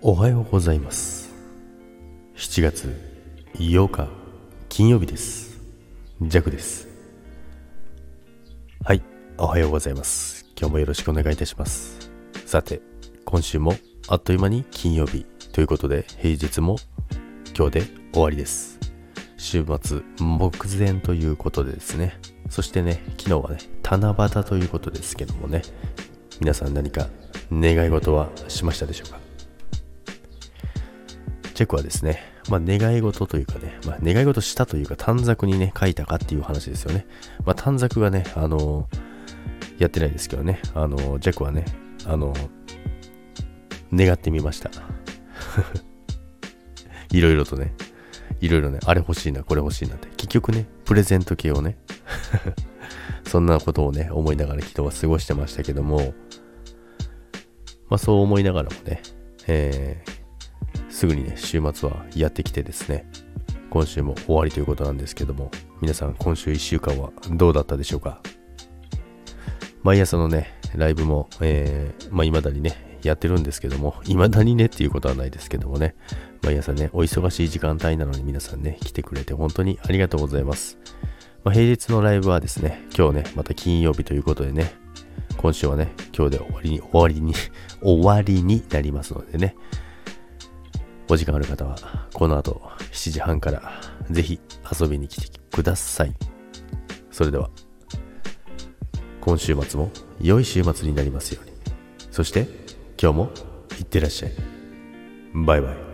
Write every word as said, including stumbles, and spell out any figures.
おはようございます。しちがつようか金曜日です。ジャクです。はい、おはようございます。今日もよろしくお願いいたします。さて、今週もあっという間に金曜日ということで、平日も今日で終わりです。週末目前ということでですね、そしてね、昨日はね七夕ということですけどもね、皆さん何か願い事はしましたでしょうか。チェクはですね、まあ願い事というかね、まあ願い事したというか短冊にね書いたかっていう話ですよね。まあ短冊がね、あのー、やってないですけどね、あのー、ジェクはね、あのー、願ってみました。いろいろとね、いろいろね、あれ欲しいな、これ欲しいなって、結局ね、プレゼント系をね、そんなことをね、思いながら昨日は過ごしてましたけども、まあそう思いながらもね、えーすぐにね週末はやってきてですね、今週も終わりということなんですけども、皆さん今週いっしゅうかんはどうだったでしょうか。毎朝のねライブも、えー、まあ未だにねやってるんですけども、未だにねっていうことはないですけどもね、毎朝ねお忙しい時間帯なのに皆さんね来てくれて本当にありがとうございます。まあ、平日のライブはですね、今日ねまた金曜日ということでね、今週はね今日で終わりに終わりに終わりになりますのでね、お時間ある方はこの後しちじはんからぜひ遊びに来てください。それでは今週末も良い週末になりますように。そして今日もいってらっしゃい。バイバイ。